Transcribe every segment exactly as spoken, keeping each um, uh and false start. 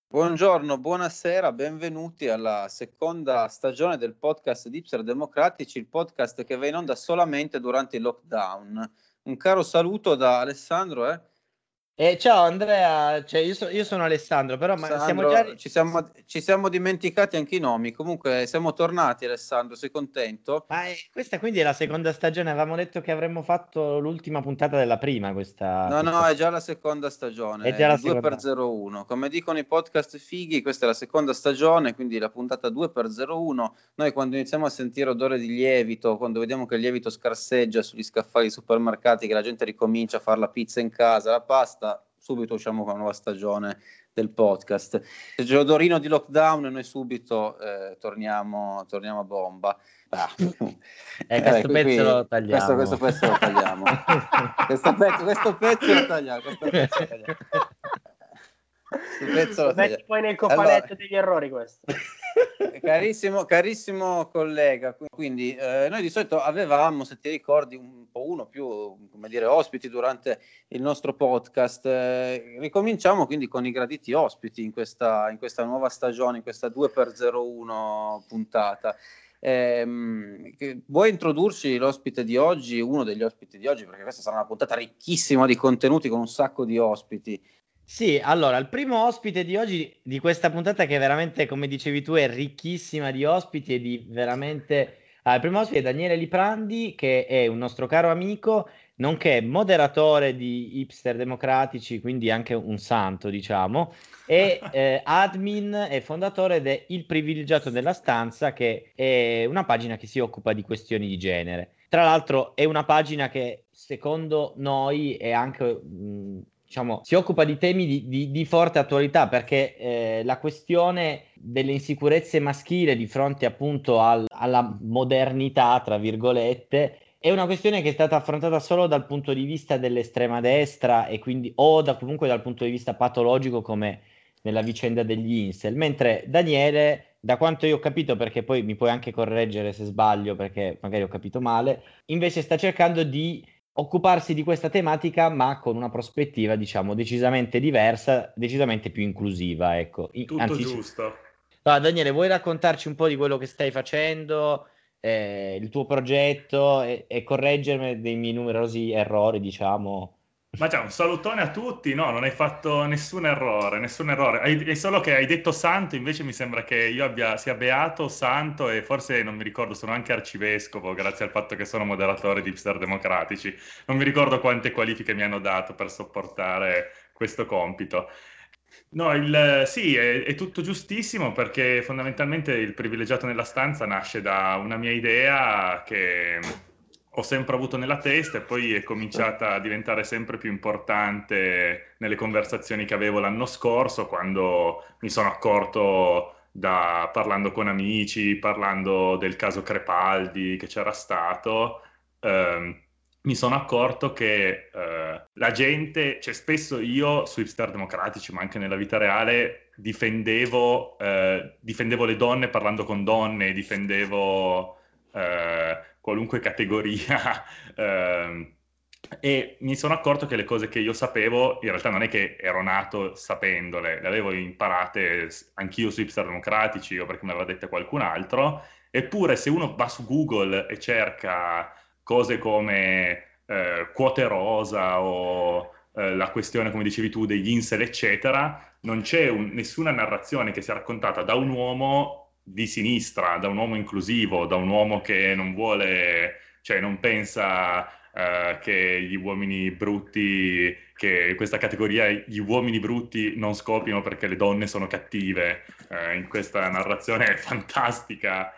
Buongiorno, buonasera, benvenuti alla seconda stagione del podcast di Ipser Democratici, il podcast che va in onda solamente durante il lockdown. Un caro saluto da Alessandro, eh? Eh, ciao Andrea, cioè io, so- io sono Alessandro, però ma siamo già... Alessandro, ri- ci siamo, ci siamo dimenticati anche i nomi, comunque siamo tornati Alessandro, sei contento? Ma eh, questa quindi è la seconda stagione, avevamo detto che avremmo fatto l'ultima puntata della prima, questa, No, no, questa... è già la seconda È stagione, già è la di due per seconda. zero uno. Come dicono i podcast fighi, questa è la seconda stagione, quindi la puntata due per zero uno. Noi quando iniziamo a sentire odore di lievito, quando vediamo che il lievito scarseggia sugli scaffali dei supermercati, che la gente ricomincia a fare la pizza in casa, la pasta, subito usciamo con una nuova stagione del podcast. Se c'è odorino di lockdown, noi subito eh, torniamo, torniamo a bomba. Ah, Eh, eh, questo qui, pezzo lo qui- questo, tagliamo. questo pezzo lo tagliamo. Questo pezzo, questo pezzo lo tagliamo. Questo pezzo lo tagliamo. Questo pezzo Lo lo metti tagliamo. poi nel Allora, cofanetto degli errori questo. carissimo, carissimo collega, quindi eh, noi di solito avevamo, se ti ricordi, un po' uno più, come dire, ospiti durante il nostro podcast. Eh, ricominciamo quindi con i graditi ospiti in questa, in questa nuova stagione, in questa due per zero uno puntata. Ehm, che- vuoi introdurci l'ospite di oggi, uno degli ospiti di oggi, perché questa sarà una puntata ricchissima di contenuti con un sacco di ospiti. Sì, allora, il primo ospite di oggi, di questa puntata che veramente, come dicevi tu, è ricchissima di ospiti e di veramente... Ah, il primo ospite è Daniele Liprandi, che è un nostro caro amico, nonché moderatore di Hipster Democratici, quindi anche un santo, diciamo, e eh, admin e fondatore di Il Privilegiato della Stanza, che è una pagina che si occupa di questioni di genere. Tra l'altro è una pagina che secondo noi è anche, mh, diciamo, si occupa di temi di, di- di forte attualità perché eh, la questione delle insicurezze maschili di fronte appunto al- alla modernità, tra virgolette, è una questione che è stata affrontata solo dal punto di vista dell'estrema destra e quindi o da, comunque dal punto di vista patologico come nella vicenda degli incel, mentre Daniele, da quanto io ho capito, perché poi mi puoi anche correggere se sbaglio, perché magari ho capito male, invece sta cercando di occuparsi di questa tematica, ma con una prospettiva, diciamo, decisamente diversa, decisamente più inclusiva, ecco. I- Tutto Anzi, ci- giusto. allora, Daniele, vuoi raccontarci un po' di quello che stai facendo, eh, il tuo progetto e, e correggermi dei miei numerosi errori, diciamo? Ma già, un salutone a tutti. No, non hai fatto nessun errore, nessun errore. Hai- è solo che hai detto santo, invece mi sembra che io abbia sia beato, santo e forse non mi ricordo, sono anche arcivescovo, grazie al fatto che sono moderatore di Hipster Democratici. Non mi ricordo quante qualifiche mi hanno dato per sopportare questo compito. No, il, sì, è, è tutto giustissimo perché fondamentalmente il privilegiato nella stanza nasce da una mia idea che ho sempre avuto nella testa e poi è cominciata a diventare sempre più importante nelle conversazioni che avevo l'anno scorso, quando mi sono accorto da, parlando con amici, parlando del caso Crepaldi che c'era stato, ehm, mi sono accorto che eh, la gente, cioè spesso io su Hipster Democratici, ma anche nella vita reale, difendevo, eh, difendevo le donne parlando con donne, difendevo eh, qualunque categoria. ehm, e mi sono accorto che le cose che io sapevo, in realtà non è che ero nato sapendole, le avevo imparate s- anch'io su Hipster Democratici o perché me l'aveva dette qualcun altro, eppure se uno va su Google e cerca cose come eh, quote rosa o eh, la questione, come dicevi tu, degli incel, eccetera, non c'è un- nessuna narrazione che sia raccontata da un uomo di sinistra, da un uomo inclusivo, da un uomo che non vuole, cioè non pensa eh, che gli uomini brutti, che questa categoria, gli uomini brutti non scopino perché le donne sono cattive, eh, in questa narrazione fantastica.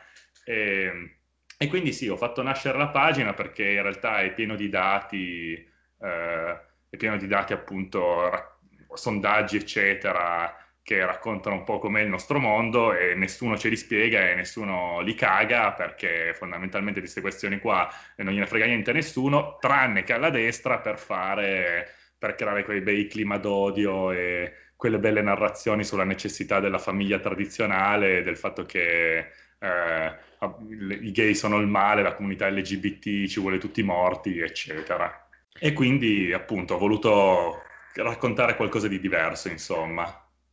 E, e quindi sì, ho fatto nascere la pagina perché in realtà è pieno di dati, eh, è pieno di dati appunto, ra- sondaggi eccetera, che raccontano un po' com'è il nostro mondo e nessuno ce li spiega e nessuno li caga perché fondamentalmente di queste questioni qua non gliene frega niente a nessuno, tranne che alla destra per fare, per creare quei bei clima d'odio e quelle belle narrazioni sulla necessità della famiglia tradizionale, del fatto che eh, i gay sono il male, la comunità L G B T ci vuole tutti morti, eccetera. E quindi appunto ho voluto raccontare qualcosa di diverso, insomma.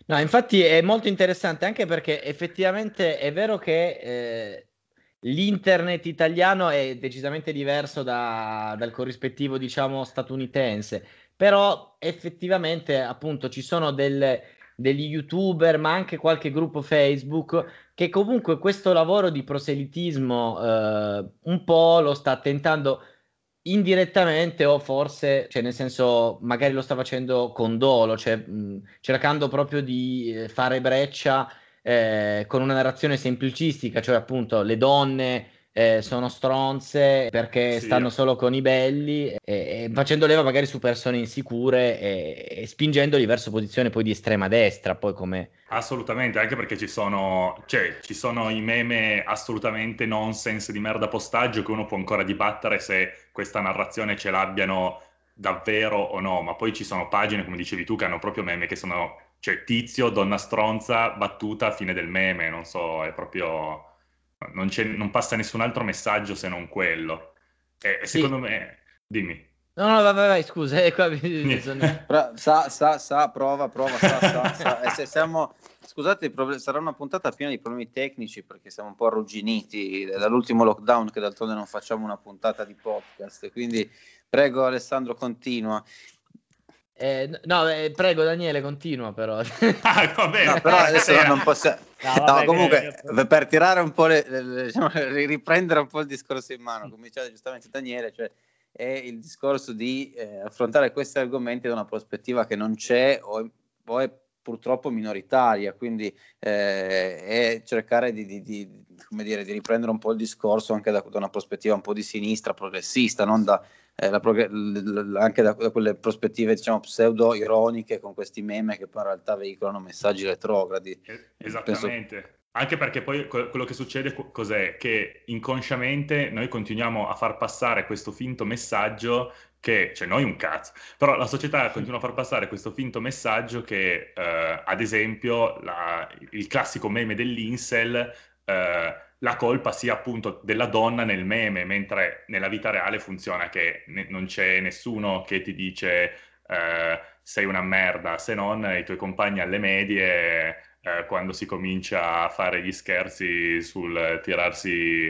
No, infatti è molto interessante anche perché effettivamente è vero che eh, l'internet italiano è decisamente diverso da- dal corrispettivo, diciamo, statunitense, però effettivamente appunto ci sono del- degli YouTuber, ma anche qualche gruppo Facebook che comunque questo lavoro di proselitismo eh, un po' lo sta tentando indirettamente o forse, cioè nel senso, magari lo sta facendo con dolo, cioè mh, cercando proprio di eh, fare breccia eh, con una narrazione semplicistica, cioè appunto le donne eh, sono stronze perché Sì, stanno solo con i belli, e, e facendo leva magari su persone insicure e, e spingendoli verso posizioni poi di estrema destra, poi come... assolutamente, anche perché ci sono, cioè, ci sono i meme assolutamente nonsense di merda postaggio che uno può ancora dibattere se questa narrazione ce l'abbiano davvero o no, ma poi ci sono pagine, come dicevi tu, che hanno proprio meme che sono, cioè, tizio, donna stronza, battuta, fine del meme, non so, è proprio... Non c'è, non passa nessun altro messaggio se non quello. E, e secondo Sì, me... Dimmi. no, no, vai, vai, vai, scusa, eh, qua mi- mi sono... Però, sa, sa, sa, prova, prova, sa, sa, sa. E se siamo, scusate, il proble- sarà una puntata piena di problemi tecnici perché siamo un po' arrugginiti dall'ultimo lockdown, che d'altronde non facciamo una puntata di podcast. Quindi prego Alessandro, continua. Eh, no, eh, prego Daniele, continua però. Ah, va bene, No, però porca adesso sera. non possiamo. No, No, vabbè, comunque, che... per tirare un po' le, le- diciamo, riprendere un po' il discorso in mano, come diceva giustamente Daniele, cioè è il discorso di eh, affrontare questi argomenti da una prospettiva che non c'è o è, o è purtroppo minoritaria, quindi eh, è cercare di, di, di, come dire, di riprendere un po' il discorso anche da, da una prospettiva un po' di sinistra, progressista, non da eh, la prog- l- l- anche da, da quelle prospettive diciamo pseudo-ironiche con questi meme che poi in realtà veicolano messaggi retrogradi. Eh, Eh, Penso. Esattamente. Anche perché poi que- quello che succede co- cos'è? Che inconsciamente noi continuiamo a far passare questo finto messaggio che, cioè noi un cazzo, però la società continua a far passare questo finto messaggio che, eh, ad esempio, la- il classico meme dell'incel, eh, la colpa sia appunto della donna nel meme, mentre nella vita reale funziona che ne- non c'è nessuno che ti dice eh, sei una merda, se non i tuoi compagni alle medie eh, quando si comincia a fare gli scherzi sul tirarsi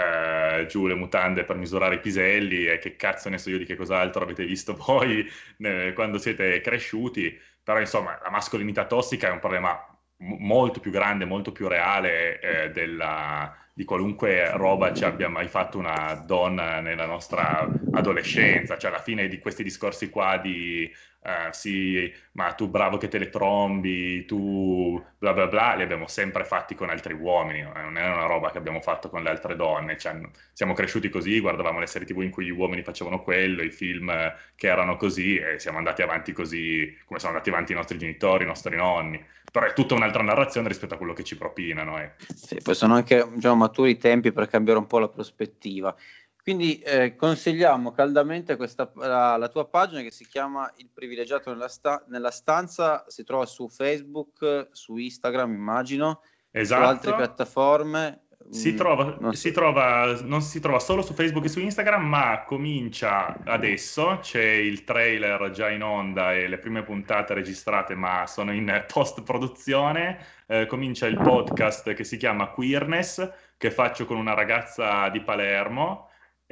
eh, giù le mutande per misurare i piselli e che cazzo ne so io di che cos'altro avete visto voi eh, quando siete cresciuti, però insomma la mascolinità tossica è un problema m- molto più grande, molto più reale eh, della, di qualunque roba ci abbia mai fatto una donna nella nostra adolescenza, cioè alla fine di questi discorsi qua di eh, sì, ma tu bravo che te le trombi, tu bla bla bla, li abbiamo sempre fatti con altri uomini, no? Non è una roba che abbiamo fatto con le altre donne, cioè, siamo cresciuti così, guardavamo le serie tivù in cui gli uomini facevano quello, i film eh, che erano così e siamo andati avanti così come sono andati avanti i nostri genitori, i nostri nonni, però è tutta un'altra narrazione rispetto a quello che ci propinano. Eh. Sì, poi sono anche diciamo, maturi i tempi per cambiare un po' la prospettiva. Quindi eh, consigliamo caldamente questa, la, la tua pagina che si chiama Il privilegiato nella, sta- nella stanza, si trova su Facebook, su Instagram immagino, su altre Esatto. piattaforme. Si Mm, trova, non si so. trova, non si trova solo su Facebook e su Instagram, ma comincia adesso. C'è il trailer già in onda e le prime puntate registrate, ma sono in post-produzione. Eh, comincia il podcast che si chiama Queerness, che faccio con una ragazza di Palermo,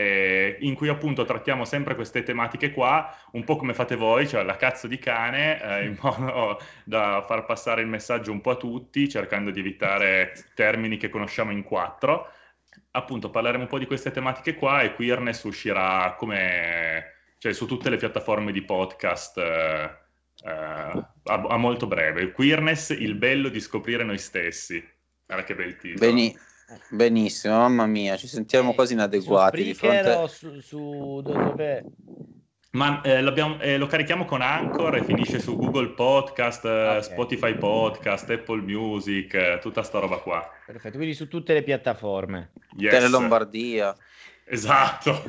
eh, in cui appunto trattiamo sempre queste tematiche qua, un po' come fate voi, cioè la cazzo di cane, eh, in modo da far passare il messaggio un po' a tutti, cercando di evitare termini che conosciamo in quattro. Appunto, parleremo un po' di queste tematiche qua e Queerness uscirà come, cioè, su tutte le piattaforme di podcast eh, eh, a, a molto breve. Queerness, il bello di scoprire noi stessi. Guarda che bel titolo. Beni- benissimo, mamma mia, ci sentiamo Eh, quasi su inadeguati di Spreaker fronte. o su, su dove? Ma eh, l'abbiamo- eh, lo carichiamo con Anchor e finisce su Google Podcast, Ah, eh, ok, Spotify Podcast, Apple Music, eh, tutta sta roba qua. perfetto, quindi su tutte le piattaforme. Tele Yes. Lombardia. Esatto,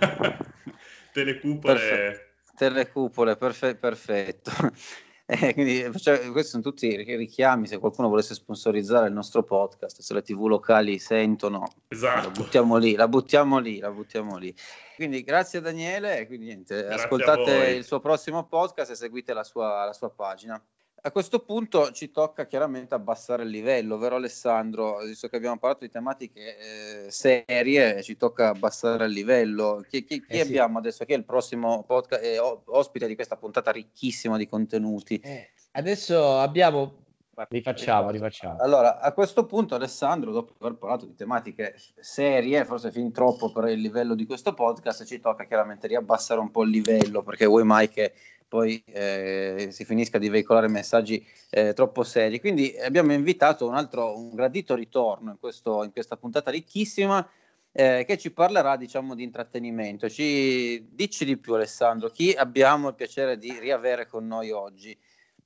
Perfe- telecupole. telecupole, perfe- perfetto. Eh, quindi, cioè, questi sono tutti richiami, se qualcuno volesse sponsorizzare il nostro podcast, se le tivù locali sentono, la Esatto, buttiamo lì, la buttiamo lì, la buttiamo lì. Quindi grazie a Daniele, e quindi niente, grazie a ascoltate voi. il suo prossimo podcast e seguite la sua, la sua pagina. A questo punto ci tocca chiaramente abbassare il livello, vero Alessandro? Visto che abbiamo parlato di tematiche eh, serie, ci tocca abbassare il livello. Chi, chi, chi Eh sì. abbiamo adesso? Chi è il prossimo podcast, eh, ospite di questa puntata ricchissima di contenuti? Eh, adesso abbiamo... Rifacciamo, rifacciamo. Allora, a questo punto Alessandro, dopo aver parlato di tematiche serie, forse fin troppo per il livello di questo podcast, ci tocca chiaramente riabbassare un po' il livello, perché vuoi mai che poi eh, si finisca di veicolare messaggi eh, troppo seri. Quindi abbiamo invitato un altro, un gradito ritorno in, questo, in questa puntata ricchissima, eh, che ci parlerà, diciamo, di intrattenimento. Ci, dici di più, Alessandro, chi abbiamo il piacere di riavere con noi oggi?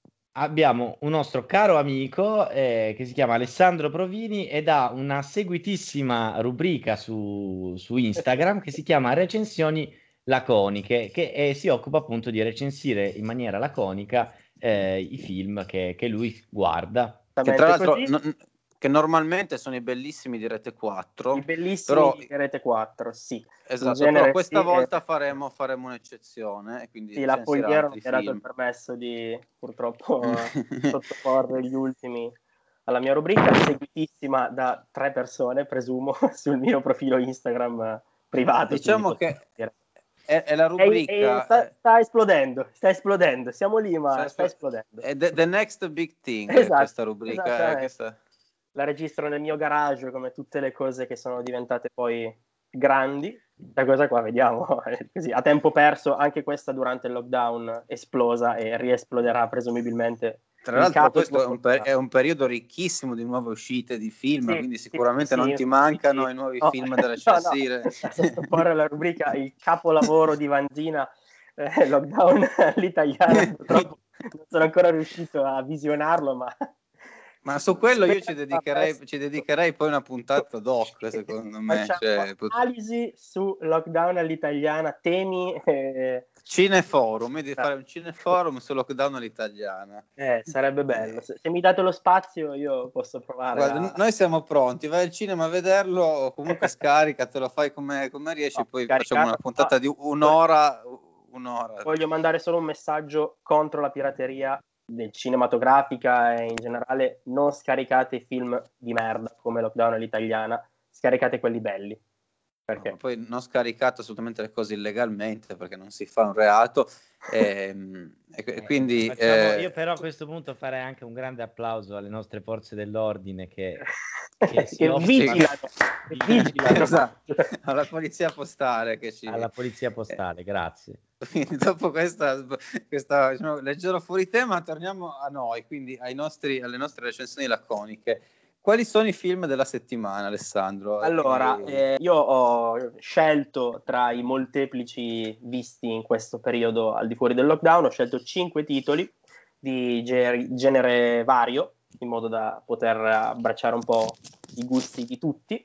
Abbiamo un nostro caro amico eh, che si chiama Alessandro Provini ed ha una seguitissima rubrica su, su Instagram che si chiama Recensioni Laconiche, che eh, si occupa appunto di recensire in maniera laconica eh, i film che, che lui guarda. Che tra l'altro Così, no, che normalmente sono i bellissimi di Rete quattro, i bellissimi però, di Rete quattro, sì. esatto, In genere però questa sì, volta eh, faremo, faremo un'eccezione e quindi sì, la censirà Pogliero non altri mi ha dato il film. permesso di purtroppo sottoporre gli ultimi alla mia rubrica, seguitissima da tre persone, presumo, sul mio profilo Instagram privato. Diciamo che dire. è, è la E, e rubrica sta, eh, sta esplodendo, sta esplodendo, siamo lì, ma sta esplodendo. è the, the next big thing, Esatto, questa rubrica. Eh, esattamente. questa... La registro nel mio garage, come tutte le cose che sono diventate poi grandi. La cosa qua, vediamo, così, a tempo perso, anche questa durante il lockdown esplosa e riesploderà presumibilmente. Tra In l'altro caso di questo è un, per- è un periodo ricchissimo di nuove uscite di film, Sì, quindi sì, sicuramente sì, non sì, ti infatti, mancano i nuovi no, film da no, no, recensire. da sottoporre alla rubrica il capolavoro di Vanzina, eh, lockdown all'italiana, purtroppo non sono ancora riuscito a visionarlo, ma... Ma su quello io ci spero dedicherei, presto. ci dedicherei poi una puntata doc, secondo me. Facciamo Cioè, pot- analisi su lockdown all'italiana, temi... Eh, Cineforum, io di fare un cineforum su lockdown all'italiana. eh, sarebbe bello. Eh, Se, se mi date lo spazio io posso provare guarda, a... n- noi siamo pronti, vai al cinema a vederlo, o comunque scarica, te lo fai come, come riesci, No, poi facciamo una caricato, puntata di no. un'ora. un'ora. Voglio mandare solo un messaggio contro la pirateria del cinematografica e in generale non scaricate i film di merda come Lockdown all'italiana, scaricate quelli belli. Perché? No, poi non scaricato assolutamente le cose illegalmente perché non si fa un reato ehm, e, e Eh, quindi facciamo- eh, io però a questo punto farei anche un grande applauso alle nostre forze dell'ordine che, che si che occupano vigilano, di- vigilano. esatto, alla polizia postale che ci alla polizia eh, postale, grazie. quindi dopo questa, questa diciamo, leggero fuori tema torniamo a noi, quindi ai nostri, alle nostre recensioni laconiche. Quali sono i film della settimana, Alessandro? Allora, Eh, eh, io ho scelto tra i molteplici visti in questo periodo al di fuori del lockdown, ho scelto cinque titoli di ge- genere vario, in modo da poter abbracciare un po' i gusti di tutti.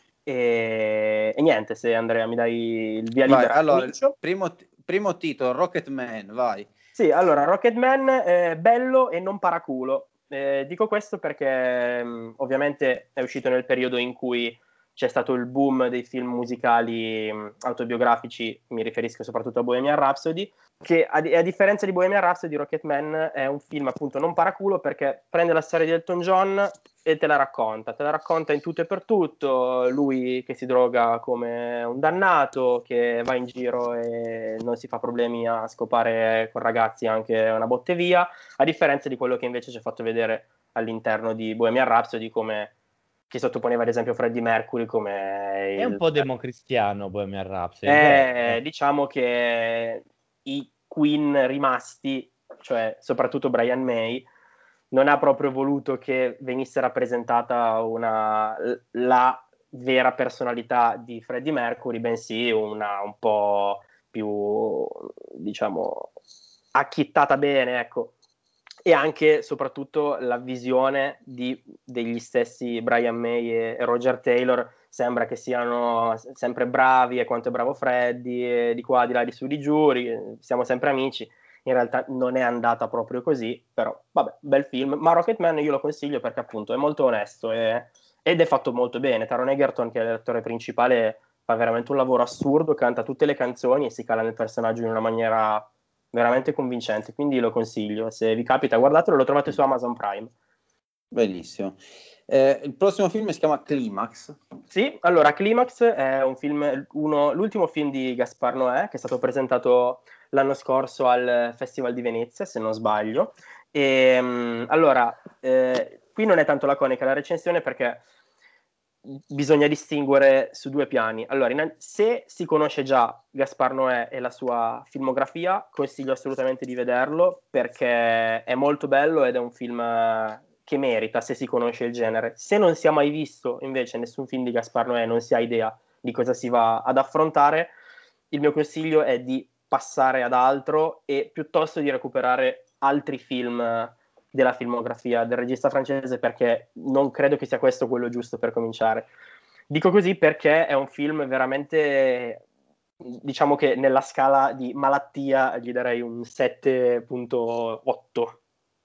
E, e niente, se Andrea mi dai il via vai, libera, allora, il comincio. primo, primo titolo, Rocketman, vai. Sì, allora, Rocketman è bello e non paraculo. Eh, dico questo perché mh, ovviamente è uscito nel periodo in cui c'è stato il boom dei film musicali mh, autobiografici, mi riferisco soprattutto a Bohemian Rhapsody, che a, a differenza di Bohemian Rhapsody, Rocketman è un film appunto non paraculo perché prende la storia di Elton John e te la racconta, te la racconta in tutto e per tutto, lui che si droga come un dannato, che va in giro e non si fa problemi a scopare con ragazzi anche una botte via, a differenza di quello che invece ci ha fatto vedere all'interno di Bohemian Rhapsody, come che sottoponeva ad esempio Freddie Mercury come È un il... po' democristiano Bohemian Rhapsody, è Eh, vero. diciamo che i Queen rimasti, cioè soprattutto Brian May, non ha proprio voluto che venisse rappresentata una, la vera personalità di Freddie Mercury, bensì una un po' più, diciamo, acchittata bene, ecco. E anche soprattutto la visione di, degli stessi Brian May e Roger Taylor sembra che siano sempre bravi e quanto è bravo Freddie, e di qua, di là, di su, di giù, siamo sempre amici. In realtà non è andata proprio così, però vabbè, bel film. Ma Rocketman io lo consiglio perché appunto è molto onesto e, ed è fatto molto bene. Taron Egerton, che è l'attore principale, fa veramente un lavoro assurdo, canta tutte le canzoni e si cala nel personaggio in una maniera veramente convincente, quindi lo consiglio, se vi capita guardatelo, lo trovate su Amazon Prime. Benissimo. Eh, il prossimo film si chiama Climax. Sì, allora Climax è un film, uno, l'ultimo film di Gaspar Noè, che è stato presentato l'anno scorso al Festival di Venezia, se non sbaglio. E, um, allora, eh, qui non è tanto laconica la recensione perché bisogna distinguere su due piani. Allora, in, se si conosce già Gaspar Noè e la sua filmografia, consiglio assolutamente di vederlo perché è molto bello ed è un film che merita se si conosce il genere. Se non si è mai visto invece nessun film di Gaspar Noè, non si ha idea di cosa si va ad affrontare, il mio consiglio è di passare ad altro e piuttosto di recuperare altri film della filmografia del regista francese, perché non credo che sia questo quello giusto per cominciare. Dico così perché è un film veramente, diciamo che nella scala di malattia gli darei un sette virgola otto,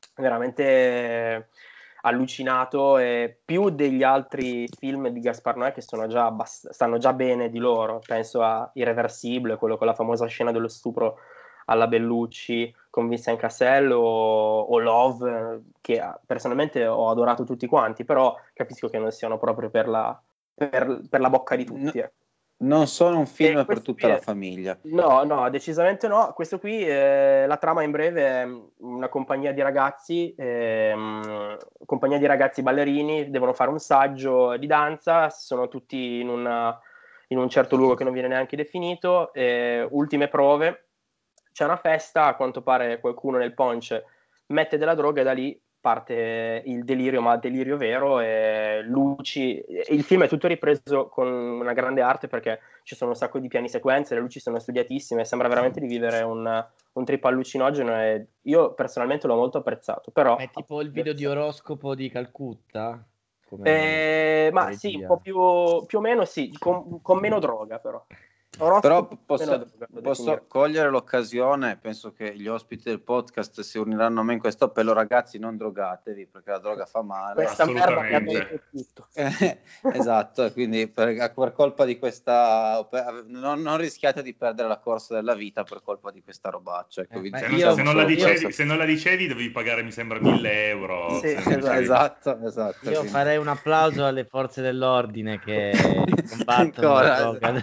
veramente allucinato, e più degli altri film di Gaspar Noè che sono già abbast- stanno già bene di loro. Penso a Irreversibile, quello con la famosa scena dello stupro alla Bellucci con Vincent Cassel, o, o Love, che personalmente ho adorato tutti quanti, però capisco che non siano proprio per la, per, per la bocca di tutti. No, non sono un film per tutta è, la famiglia. No, no, decisamente no. Questo qui, eh, la trama in breve è una compagnia di ragazzi, ehm, compagnia di ragazzi ballerini, devono fare un saggio di danza, sono tutti in, una, in un certo luogo che non viene neanche definito, eh, ultime prove, c'è una festa, a quanto pare qualcuno nel ponce mette della droga e da lì parte il delirio, ma delirio vero, e luci. Il film è tutto ripreso con una grande arte perché ci sono un sacco di piani sequenze, le luci sono studiatissime, sembra veramente di vivere un, un trip allucinogeno, e io personalmente l'ho molto apprezzato. Però Ma è tipo il video di oroscopo di Calcutta? Come eh, ma sì, un regia. po' più, più o meno sì, con, con meno droga però. Però Oroscopo, posso, meno droga, lo posso definirei. cogliere l'occasione, penso che gli ospiti del podcast si uniranno a me in questo appello: ragazzi, non drogatevi perché la droga fa male. Questa merda mi ha Assolutamente. tolto tutto. Eh, esatto, e quindi per, per colpa di questa, per- non, non rischiate di perdere la corsa della vita per colpa di questa robaccia. Ecco, Eh, vi ma Se diciamo non, io- se non la solo io- dicevi, questo. se non la dicevi dovevi pagare, mi sembra, mille euro. Sì, se non esatto. dicevi. Esatto, esatto. Io quindi. farei un applauso alle forze dell'ordine che combattono la Ancora. droga.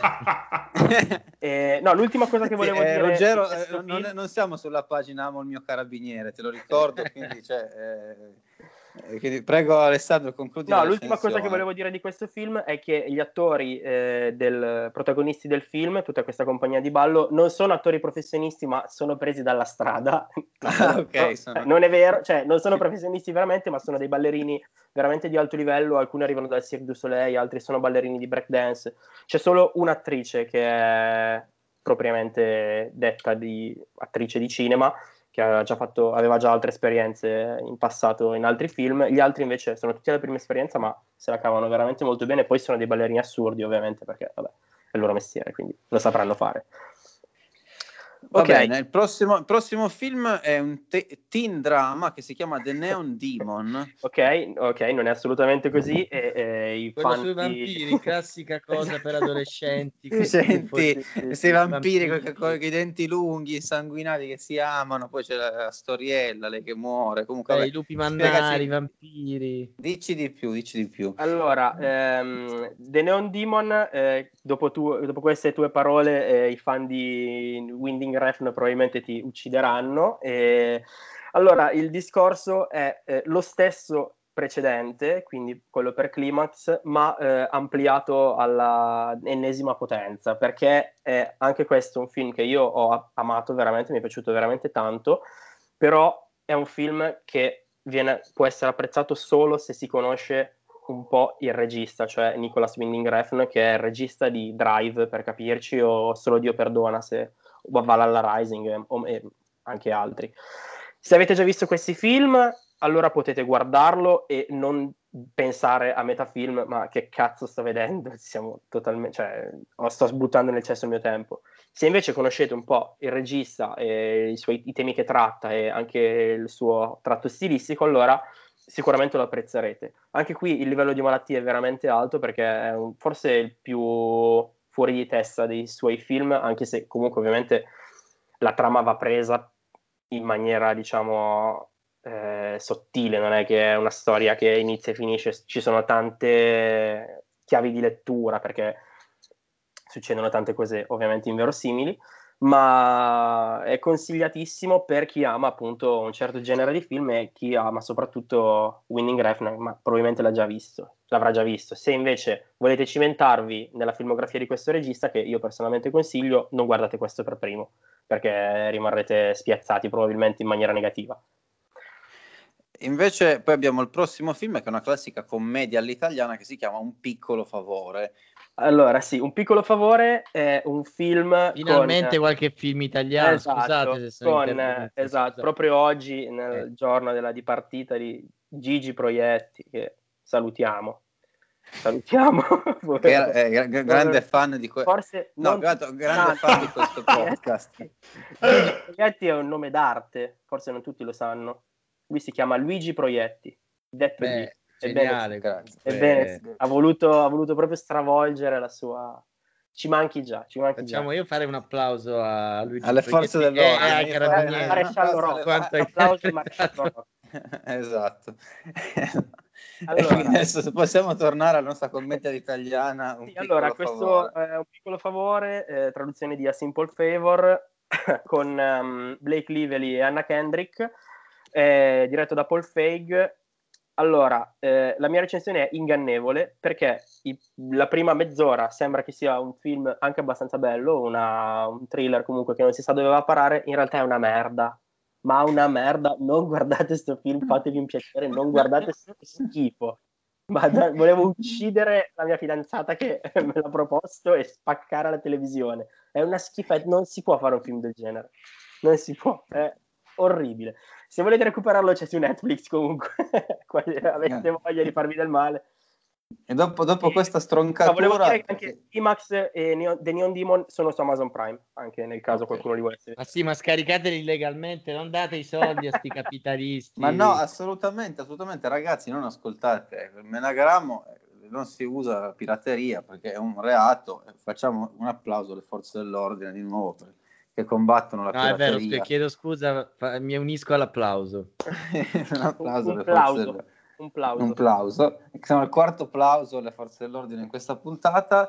Eh, no, l'ultima cosa che Sì, volevo eh, dire Ruggero, di questo eh, non, film... non siamo sulla pagina Amo il mio carabiniere, te lo ricordo, quindi, cioè, eh, eh, quindi prego Alessandro, concludi No, la l'ultima cosa che recensione. volevo dire di questo film è che gli attori eh, del, protagonisti del film, tutta questa compagnia di ballo, non sono attori professionisti, ma sono presi dalla strada. Ah, ok, No, sono... non è vero, cioè non sono professionisti veramente, ma sono dei ballerini veramente di alto livello. Alcuni arrivano dal Cirque du Soleil, altri sono ballerini di breakdance. C'è solo un'attrice che è propriamente detta di attrice di cinema, che aveva già, fatto, aveva già altre esperienze in passato in altri film. Gli altri invece sono tutti alla prima esperienza, ma se la cavano veramente molto bene. Poi sono dei ballerini assurdi, ovviamente, perché vabbè, è il loro mestiere, quindi lo sapranno fare. Va Ok. bene, il prossimo, il prossimo film è un te- teen drama che si chiama The Neon Demon. Ok, ok, non è assolutamente così. E, e i Quello fan sui di- vampiri, classica cosa per adolescenti. Senti, Sì, sì, questi sì. vampiri con, con i denti lunghi, insanguinati che si amano, poi c'è la, la storiella, lei che muore. Comunque, Beh, vabbè, i lupi spiegaci, mannari, i vampiri. dici di più, dici di più. Allora, ehm, The Neon Demon, eh, dopo, tu- dopo queste tue parole, eh, i fan di Winding Refn probabilmente ti uccideranno. E, allora, il discorso è eh, lo stesso precedente, quindi quello per Climax, ma eh, ampliato alla ennesima potenza, perché è anche questo un film che io ho amato veramente, mi è piaciuto veramente tanto, però è un film che viene, può essere apprezzato solo se si conosce un po' il regista, cioè Nicolas Winding Refn, che è il regista di Drive, per capirci, o Solo Dio perdona, se o Valhalla Rising, e, o, e anche altri. Se avete già visto questi film, allora potete guardarlo e non pensare a metà film, ma che cazzo sto vedendo? Siamo totalmente, cioè, sto sbuttando nel cesso il mio tempo. Se invece conoscete un po' il regista e i, suoi, i temi che tratta e anche il suo tratto stilistico, allora sicuramente lo apprezzerete. Anche qui il livello di malattia è veramente alto, perché è un, forse il più fuori di testa dei suoi film, anche se comunque ovviamente la trama va presa in maniera, diciamo, eh, sottile, non è che è una storia che inizia e finisce, ci sono tante chiavi di lettura perché succedono tante cose ovviamente inverosimili, ma è consigliatissimo per chi ama appunto un certo genere di film e chi ama soprattutto Winning Refn, ma probabilmente l'ha già visto, l'avrà già visto. Se invece volete cimentarvi nella filmografia di questo regista, che io personalmente consiglio, non guardate questo per primo, perché rimarrete spiazzati probabilmente in maniera negativa. Invece poi abbiamo il prossimo film, che è una classica commedia all'italiana che si chiama Un piccolo favore. Allora, sì, Un piccolo favore è un film Finalmente con... qualche film italiano, Esatto, scusate se sono con, eh, intervenuto. esatto, Scusa. proprio oggi, nel Eh. giorno della dipartita di Gigi Proietti, che salutiamo. Salutiamo. Che era eh, gra- grande fan di questo. Forse No, non più altro, grande tanti. fan di questo podcast. Gigi Proietti è un nome d'arte, forse non tutti lo sanno. Lui si chiama Luigi Proietti, detto Beh, Gigi. Ebbene, geniale. Grazie. ebbene, ha voluto, ha voluto proprio stravolgere la sua... Ci manchi già, ci manchi Facciamo già. io fare un applauso a Luigi Alle Proietti forze dell'ordine, e ai io farei carabinieri. un Maresciallo applauso alle Rocco, Quanto un hai applauso al Maresciallo interpretato. Rocco. Esatto. Allora. E quindi adesso possiamo tornare alla nostra commedia italiana, Un Sì, piccolo allora, questo favore. è Un piccolo favore, eh, traduzione di A Simple Favor, con um, Blake Lively e Anna Kendrick, eh, diretto da Paul Feig. Allora, eh, la mia recensione è ingannevole perché i, la prima mezz'ora sembra che sia un film anche abbastanza bello, una, un thriller comunque che non si sa dove va a parare, in realtà è una merda. Ma una merda, non guardate sto film, fatevi un piacere, non guardate sto schifo. Ma da, volevo uccidere la mia fidanzata che me l'ha proposto e spaccare la televisione. È una schifezza, non si può fare un film del genere. Non si può, è orribile. Se volete recuperarlo c'è su Netflix comunque, avete voglia di farvi del male. E dopo, dopo E, questa no, volevo dire stroncatura... che anche I-Max e Neo, The Neon Demon sono su Amazon Prime, anche nel caso Ok. qualcuno li volesse vedere. Ma sì, ma scaricateli illegalmente, non date i soldi a sti capitalisti. Ma no, assolutamente, assolutamente, ragazzi, non ascoltate. Il Menagramo eh, non si usa la pirateria perché è un reato. Facciamo un applauso alle forze dell'ordine di nuovo per, che combattono la No, è vero, pirateria. chiedo scusa, fa- mi unisco all'applauso. Un applauso Un alle forze plauso, dell'ordine. un plauso. Un plauso. Siamo al quarto applauso alle forze dell'ordine in questa puntata.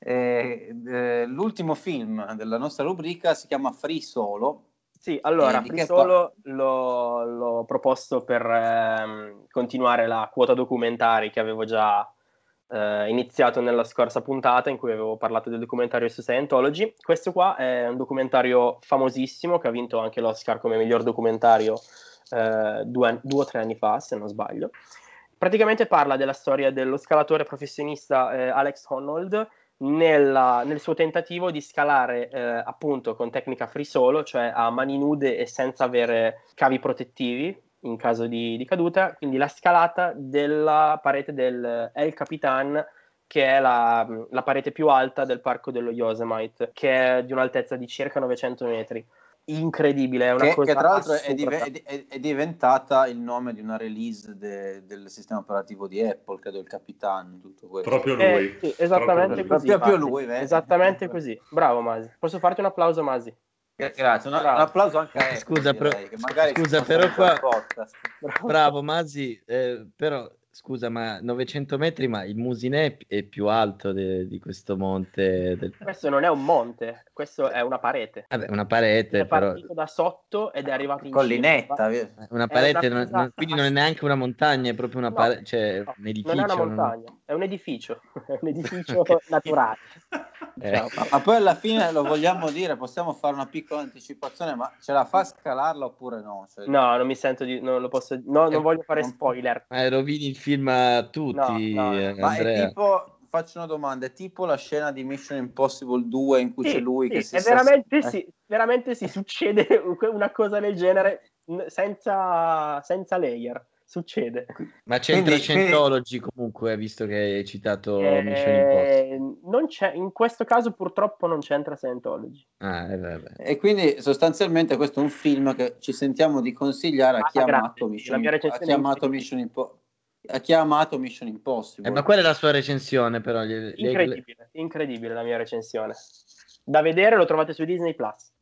Eh, eh, l'ultimo film della nostra rubrica si chiama Free Solo. Sì, allora, Eh, di Free che Solo l'ho, l'ho proposto per ehm, continuare la quota documentari che avevo già eh, iniziato nella scorsa puntata in cui avevo parlato del documentario su Scientology. Questo qua è un documentario famosissimo che ha vinto anche l'Oscar come miglior documentario eh, due, due o tre anni fa, se non sbaglio. Praticamente parla della storia dello scalatore professionista eh, Alex Honnold, nella, nel suo tentativo di scalare eh, appunto con tecnica free solo, cioè a mani nude e senza avere cavi protettivi in caso di, di caduta, quindi la scalata della parete del El Capitan, che è la, la parete più alta del parco dello Yosemite, che è di un'altezza di circa novecento metri. Incredibile, è una Che, cosa che tra l'altro è, assurda. dive- è- è diventata il nome di una release de- del sistema operativo di Apple, credo il Capitan, tutto questo. Proprio Eh, lui. sì, Proprio esattamente lui. così. Proprio Masi. lui, vedi? Esattamente così. Bravo Masi. Posso farti un applauso, Masi? Grazie, un, un Bravo. applauso anche a Ma Apple, scusa, però, direi, che magari scusa, ci però sponsorizza il qua, podcast. Bravo. bravo Masi, eh, però scusa, ma novecento metri, ma il Musinè è, è più alto de- di questo monte. Del... Questo non è un monte, questo è una parete. Vabbè, una È parete, però partito da sotto ed è arrivato in Collinetta, cima. vedi? una È una parete, non- cosa non- quindi non è neanche una montagna, è proprio una No, parete, cioè no, un non è una edificio. non- montagna, è un edificio, è un edificio Ok. naturale. Eh. Diciamo. Ma, ma poi alla fine lo vogliamo dire, possiamo fare una piccola anticipazione, ma ce la fa a scalarla oppure no? Cioè, No, non mi sento di... non lo posso... No, non è- voglio fare non- spoiler. Eh, rovini il film a No, tutti, no, no. eh, Ma è Andrea. tipo, faccio una domanda, è tipo la scena di Mission Impossible due in cui c'è Sì, lui sì, che si... è si- veramente eh, sì, veramente sì, succede una cosa del genere n- senza, senza layer, succede. Ma c'entra Quindi, quindi Scientology comunque, visto che hai citato Mission Impossible. Eh, non c'è, in questo caso purtroppo non c'entra Scientology. Ah, eh, vabbè. E quindi sostanzialmente questo è un film che ci sentiamo di consigliare a chi ha Alla amato grande, sì, la Mission, mia Imp- a chi recensione ha è amato incredibile. Mission, Impo- a chi ha amato Mission Eh, Impossible. ma qual è la sua recensione però? Gli- gli- Incredibile, incredibile la mia recensione. Da vedere, lo trovate su Disney Plus.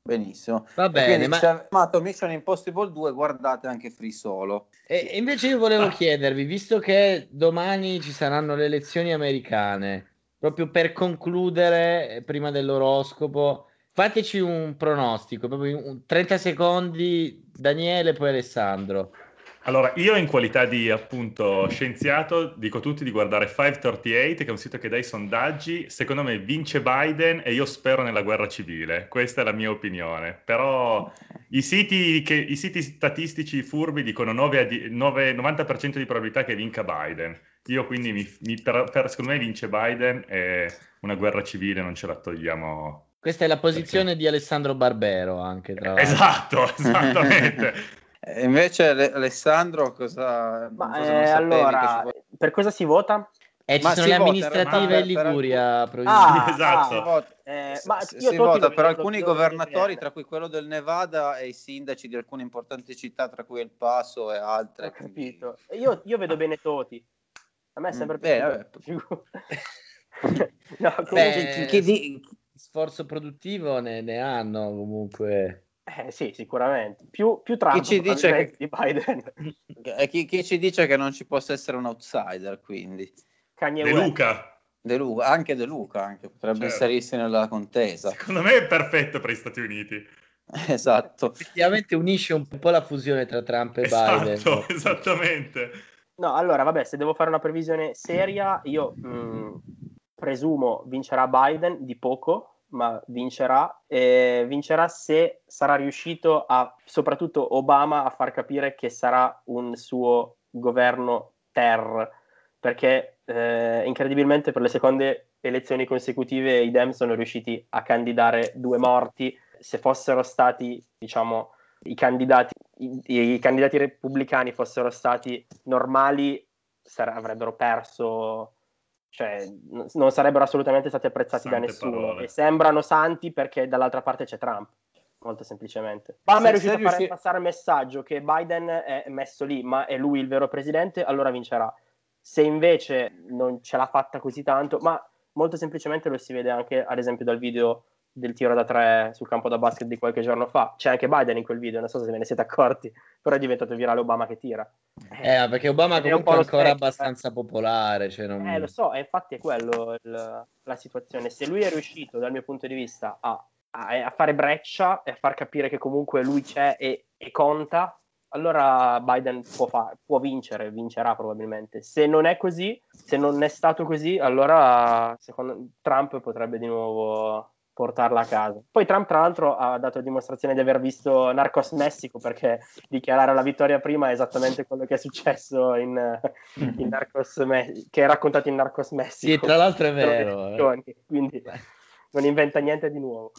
Benissimo. Va E bene, quindi ma se avete amato Mission Impossible due, guardate anche Free Solo. e e invece io volevo chiedervi, visto che domani ci saranno le elezioni americane, proprio per concludere, eh, prima dell'oroscopo, fateci un pronostico, proprio in un- trenta secondi, Daniele, poi Alessandro. Allora, io in qualità di appunto scienziato dico a tutti di guardare cinquecentotrentotto, che è un sito che dà i sondaggi. Secondo me vince Biden e io spero nella guerra civile. Questa è la mia opinione. Però i siti, che, i siti statistici furbi dicono nove a die- nove novanta per cento di probabilità che vinca Biden. Io quindi, mi, mi- per, per- secondo me vince Biden e una guerra civile non ce la togliamo. Questa è la Perché... posizione di Alessandro Barbero, anche tra l'altro. Esatto, esattamente. E invece Ale- Alessandro, cosa, Ma cosa non eh, sapevi che ci allora, fosse? per cosa si vota? E ci Ma sono si le vota in realtà amministrative in Ma- per, per alcuni... Liguria, Sì, provincia. Ah, Si esatto. ah, vota, eh, si- ma si- io si Toti vota lo, per lo- alcuni lo vedo governatori, bene. tra cui quello del Nevada e i sindaci di alcune importanti città, tra cui El Paso e Ho altre. Quindi... capito. Io, io vedo bene Toti. A me è Mm, sempre bene, piaciuto. vabbè. No, Chi, comunque, chi- Beh, chi s- di- sforzo produttivo ne, ne hanno comunque. eh, sì, sicuramente. Più, più chi Trump ci dice probabilmente che, di Biden. eh, chi, chi ci dice che non ci possa essere un outsider, quindi Kanye De West. Luca, De Luca, anche De Luca anche, potrebbe certo. inserirsi nella contesa. Secondo me è perfetto per gli Stati Uniti. Esatto. Effettivamente unisce un po' la fusione tra Trump e Esatto, Biden. esattamente. No, allora, vabbè, se devo fare una previsione seria, io mh, presumo vincerà Biden di poco, ma vincerà. E vincerà se sarà riuscito a, soprattutto Obama, a far capire che sarà un suo governo ter, perché eh, incredibilmente per le seconde elezioni consecutive i Dem sono riusciti a candidare due morti. Se fossero stati, diciamo, i candidati, i, i candidati repubblicani fossero stati normali, sare- avrebbero perso, cioè n- non sarebbero assolutamente stati apprezzati da Sante nessuno parole. e sembrano santi perché dall'altra parte c'è Trump, molto semplicemente. Obama è Se, riuscito se a fare riusci- passare il messaggio che Biden è messo lì, ma è lui il vero presidente, allora vincerà. Se invece non ce l'ha fatta così tanto, ma molto semplicemente lo si vede anche ad esempio dal video del tiro da tre sul campo da basket di qualche giorno fa. C'è anche Biden in quel video, non so se ve ne siete accorti, però è diventato virale Obama che tira. Eh, ma perché Obama Ed è un comunque po' è lo ancora specchio. Eh. abbastanza popolare, cioè Eh, lo non... so, e infatti è quello il- la situazione. Se lui è riuscito, dal mio punto di vista, a, a- a fare breccia e a far capire che comunque lui c'è e, e conta, allora Biden può, fa- può vincere, vincerà probabilmente. Se non è così, se non è stato così, allora secondo Trump potrebbe di nuovo portarla a casa. Poi Trump, tra l'altro, ha dato dimostrazione di aver visto Narcos Messico, perché dichiarare la vittoria prima è esattamente quello che è successo in, in Narcos Me- che è raccontato in Narcos Messico. Sì, tra l'altro è Sono le vero. eh. elezioni, quindi non inventa niente di nuovo.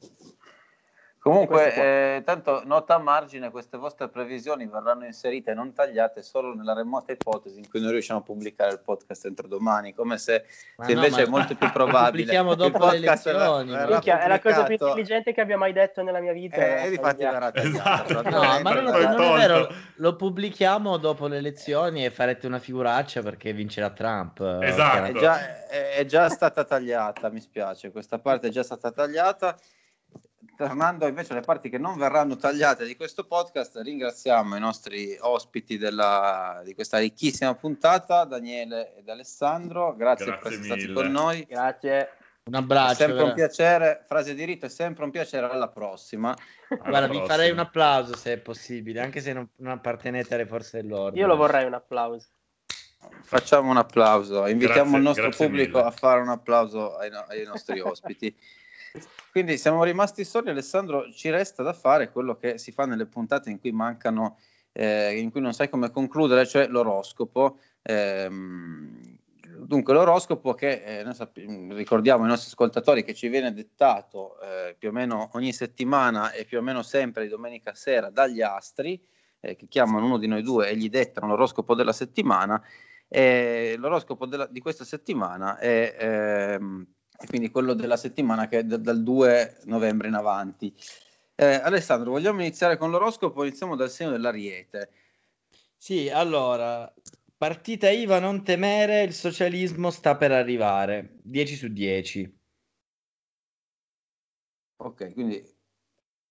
E questo qua. Comunque, eh, tanto nota a margine, queste vostre previsioni verranno inserite e non tagliate solo nella remota ipotesi in cui noi riusciamo a pubblicare il podcast entro domani, come se, Ma se no, invece ma è molto più lo probabile pubblichiamo che il dopo le podcast verrà, elezioni. verrà Minchia, è la cosa più pubblicato intelligente che abbia mai detto nella mia vita. e, e difatti verrà tagliata. Esatto, No, ma probabilmente non, lo- poi verrà- non è vero, tolto. lo pubblichiamo dopo le elezioni e farete una figuraccia perché vincerà Trump. eh, È Esatto. già, è, è già stata tagliata, mi spiace, questa parte è già stata tagliata. Tornando invece alle parti che non verranno tagliate di questo podcast, ringraziamo i nostri ospiti della, di questa ricchissima puntata, Daniele ed Alessandro. Grazie, Grazie per essere stati mille. con noi. Grazie. Un È abbraccio. sempre un vera- piacere, frase di rito, è sempre un piacere, alla prossima. Alla Guarda, vi farei un prossima. applauso se è possibile, anche se non, non appartenete alle forze dell'ordine. Io lo vorrei un applauso. Facciamo un applauso, invitiamo Grazie- il nostro grazie pubblico mille. a fare un applauso ai, no- ai nostri ospiti. Quindi siamo rimasti soli, Alessandro, ci resta da fare quello che si fa nelle puntate in cui mancano, eh, in cui non sai come concludere, cioè l'oroscopo. Ehm, dunque l'oroscopo che eh, noi sappi- ricordiamo ai nostri ascoltatori che ci viene dettato eh, più o meno ogni settimana e più o meno sempre di domenica sera dagli astri, eh, che chiamano uno di noi due e gli dettano l'oroscopo della settimana. E l'oroscopo della, di questa settimana è ehm, quindi quello della settimana che è d- dal due novembre in avanti. Eh, Alessandro, vogliamo iniziare con l'oroscopo? Iniziamo dal segno dell'Ariete. Sì, allora, partita I V A non temere, il socialismo sta per arrivare. dieci su dieci. Ok, quindi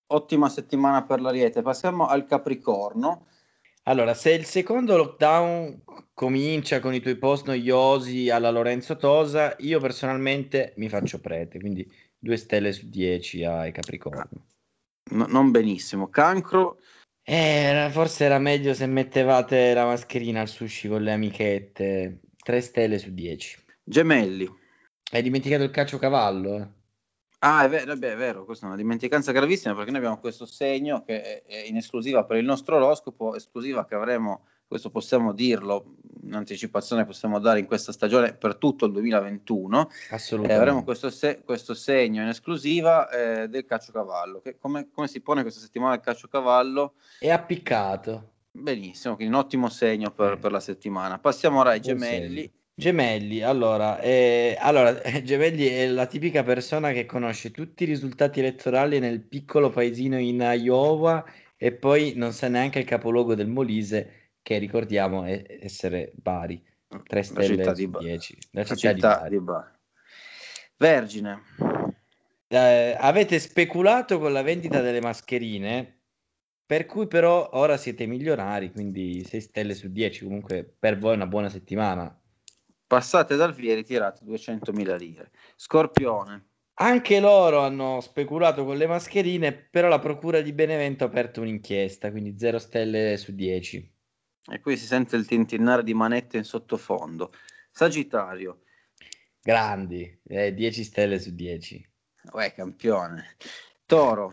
ottima settimana per l'Ariete. Passiamo al Capricorno. Allora, se il secondo lockdown comincia con i tuoi post noiosi alla Lorenzo Tosa, io personalmente mi faccio prete, quindi due stelle su dieci ai Capricorno. No, non benissimo. Cancro. Eh, forse era meglio se mettevate la mascherina al sushi con le amichette. tre stelle su dieci. Gemelli. Hai dimenticato il caciocavallo? Eh? Ah, è vero, beh, è vero, questa è una dimenticanza gravissima perché noi abbiamo questo segno che è in esclusiva per il nostro oroscopo, esclusiva che avremo, questo possiamo dirlo, in anticipazione possiamo dare in questa stagione per tutto il duemilaventuno, eh, avremo questo, se- questo segno in esclusiva eh, del caciocavallo. Che come, come si pone questa settimana il caciocavallo? È appiccato. Benissimo, quindi un ottimo segno per, Eh. per la settimana. Passiamo ora ai Buon gemelli. segno. Gemelli, allora, eh, allora eh, Gemelli è la tipica persona che conosce tutti i risultati elettorali nel piccolo paesino in Iowa e poi non sa neanche il capoluogo del Molise, che ricordiamo è essere Bari, tre La stelle città su di, ba- dieci, la la città di città Bari. di Bari. Vergine. Eh, avete speculato con la vendita delle mascherine, per cui però ora siete milionari, quindi sei stelle su dieci, comunque per voi è una buona settimana. Passate dal via e ritirate duecentomila lire. Scorpione. Anche loro hanno speculato con le mascherine, però la Procura di Benevento ha aperto un'inchiesta, quindi zero stelle su dieci. E qui si sente il tintinnare di manette in sottofondo. Sagittario. Grandi, eh, dieci stelle su dieci. Uè, campione. Toro.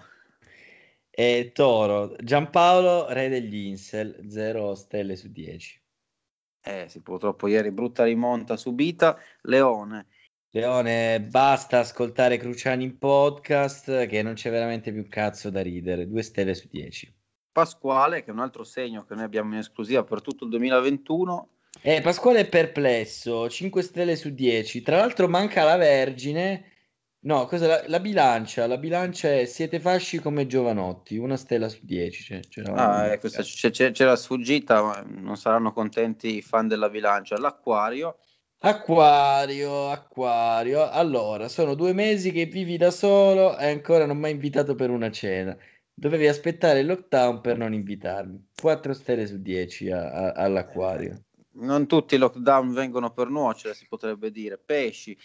E Toro, Giampaolo, re degli Insel, zero stelle su dieci. Eh sì, purtroppo ieri brutta rimonta subita. Leone. Leone, basta ascoltare Cruciani in podcast, che non c'è veramente più un cazzo da ridere, due stelle su dieci. Pasquale, che è un altro segno che noi abbiamo in esclusiva per tutto il duemilaventuno. Eh, Pasquale è perplesso, cinque stelle su dieci. Tra l'altro manca la Vergine. No, cosa la, la bilancia? La bilancia è siete fasci come Giovanotti, una stella su dieci. Cioè, Ah, eh, questa c- c- c'era sfuggita, ma non saranno contenti i fan della bilancia. L'Acquario. Acquario, Acquario. Allora, sono due mesi che vivi da solo e ancora non mi hai invitato per una cena. Dovevi aspettare il lockdown per non invitarmi. quattro stelle su dieci a- a- all'Acquario. Eh, non tutti i lockdown vengono per nuocere, si potrebbe dire. Pesci.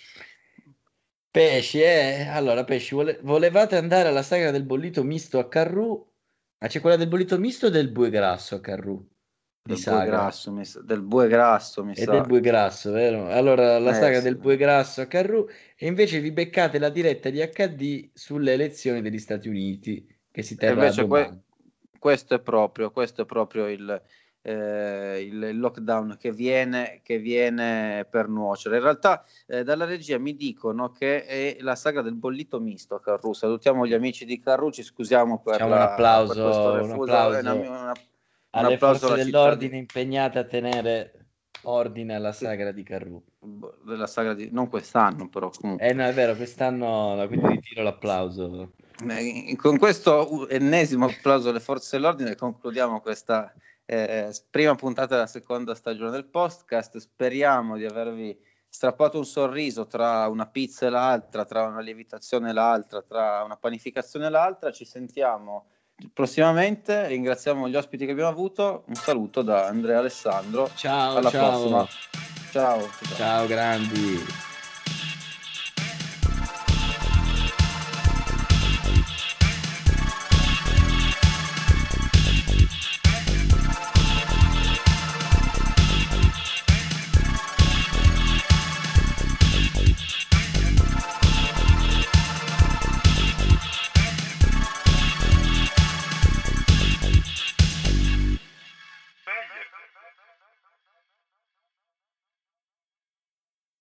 Pesci, eh? Allora, pesci, vole- volevate andare alla sagra del bollito misto a Carrù? Ma c'è quella del bollito misto o del bue grasso a Carrù? Di Del bue sagra. grasso, mi sa, del bue grasso, mi E sa. del bue grasso, vero? Allora, la Eh, saga sì. del bue grasso a Carrù e invece vi beccate la diretta di acca di sulle elezioni degli Stati Uniti che si E terrà invece que- domani. questo è proprio, questo è proprio il, eh, il- il lockdown che viene, che viene per nuocere. In realtà eh, dalla regia mi dicono che è la saga del bollito misto a Carrù. Salutiamo gli amici di Carrù, ci scusiamo per, Facciamo un la, per questo applauso, un refuso. È una- applauso una- un alle applauso forze alla città dell'ordine di, impegnate a tenere ordine alla sagra di Carrù. della saga di, non quest'anno però comunque. Eh no, è vero, quest'anno, no, quindi ritiro l'applauso. Eh, Con questo ennesimo applauso alle forze dell'ordine concludiamo questa eh, prima puntata della seconda stagione del podcast. Speriamo di avervi strappato un sorriso tra una pizza e l'altra, tra una lievitazione e l'altra, tra una panificazione e l'altra. Ci sentiamo prossimamente. Ringraziamo gli ospiti che abbiamo avuto. Un saluto da Andrea Alessandro. Ciao, Alla ciao. prossima. Ciao. Ciao. Ciao grandi.